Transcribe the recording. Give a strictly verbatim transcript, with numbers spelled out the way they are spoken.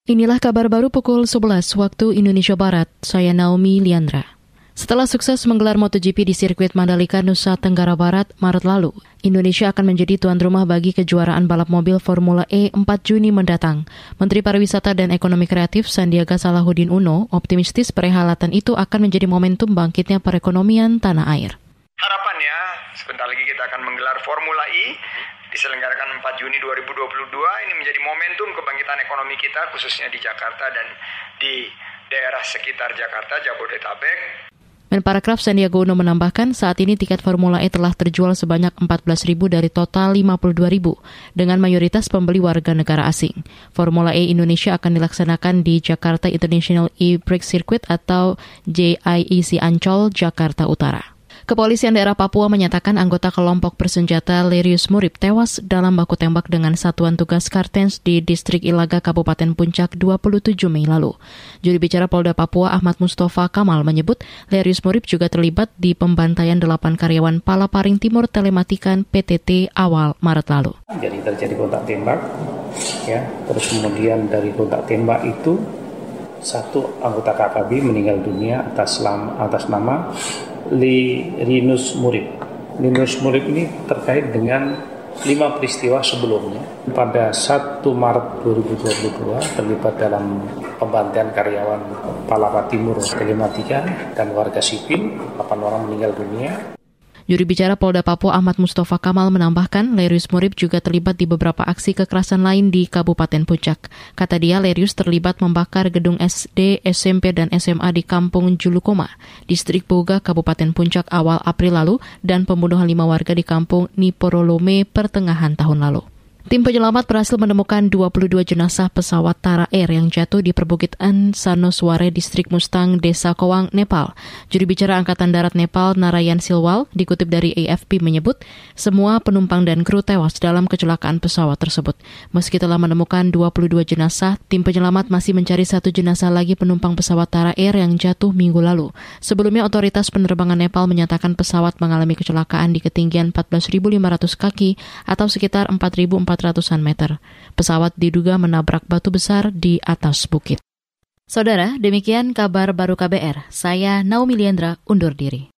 Inilah kabar baru pukul sebelas waktu Indonesia Barat. Saya Naomi Liandra. Setelah sukses menggelar MotoGP di sirkuit Mandalika, Nusa Tenggara Barat, Maret lalu, Indonesia akan menjadi tuan rumah bagi kejuaraan balap mobil Formula E empat Juni mendatang. Menteri Pariwisata dan Ekonomi Kreatif Sandiaga Salahuddin Uno optimistis perhelatan itu akan menjadi momentum bangkitnya perekonomian tanah air. Harapannya, sebentar lagi kita akan menggelar Formula E, diselenggarakan empat Juni dua ribu dua puluh dua. Ini menjadi momentum kebangkitan ekonomi kita, khususnya di Jakarta dan di daerah sekitar Jakarta, Jabodetabek. Menparekraf Sandiaga Uno menambahkan saat ini tiket Formula E telah terjual sebanyak empat belas ribu dari total lima puluh dua ribu, dengan mayoritas pembeli warga negara asing. Formula E Indonesia akan dilaksanakan di Jakarta International E-Prix Circuit atau J I E C Ancol, Jakarta Utara. Kepolisian daerah Papua menyatakan anggota kelompok bersenjata Lerius Murib tewas dalam baku tembak dengan Satuan Tugas Kartens di Distrik Ilaga, Kabupaten Puncak dua puluh tujuh Mei lalu. Juru bicara Polda Papua Ahmad Mustafa Kamal menyebut Lerius Murib juga terlibat di pembantaian delapan karyawan Palaparing Timur Telematikan P T T awal Maret lalu. Jadi terjadi kontak tembak, ya. Terus kemudian dari kontak tembak itu satu anggota K K B meninggal dunia atas, lam, atas nama Lerius Murib. Lerius Murib ini terkait dengan lima peristiwa sebelumnya. Pada satu Maret dua ribu dua puluh dua terlibat dalam pembantaian karyawan Palapa Timur Telematika dan warga sipil, delapan orang meninggal dunia. Juru bicara Polda Papua Ahmad Mustafa Kamal menambahkan Lerius Murib juga terlibat di beberapa aksi kekerasan lain di Kabupaten Puncak. Kata dia, Lerius terlibat membakar gedung S D, S M P, dan S M A di Kampung Julukoma, Distrik Boga, Kabupaten Puncak awal April lalu, dan pembunuhan lima warga di Kampung Niporolome pertengahan tahun lalu. Tim penyelamat berhasil menemukan dua puluh dua jenazah pesawat Tara Air yang jatuh di perbukitan Sanosware, Distrik Mustang, Desa Kowang, Nepal. Juru bicara Angkatan Darat Nepal, Narayan Silwal, dikutip dari A F P menyebut, semua penumpang dan kru tewas dalam kecelakaan pesawat tersebut. Meski telah menemukan dua puluh dua jenazah, tim penyelamat masih mencari satu jenazah lagi penumpang pesawat Tara Air yang jatuh minggu lalu. Sebelumnya, otoritas penerbangan Nepal menyatakan pesawat mengalami kecelakaan di ketinggian empat belas ribu lima ratus kaki atau sekitar empat ribu empat ratusan meter. Pesawat diduga menabrak batu besar di atas bukit. Saudara, demikian kabar baru K B R. Saya Naomi Liandra undur diri.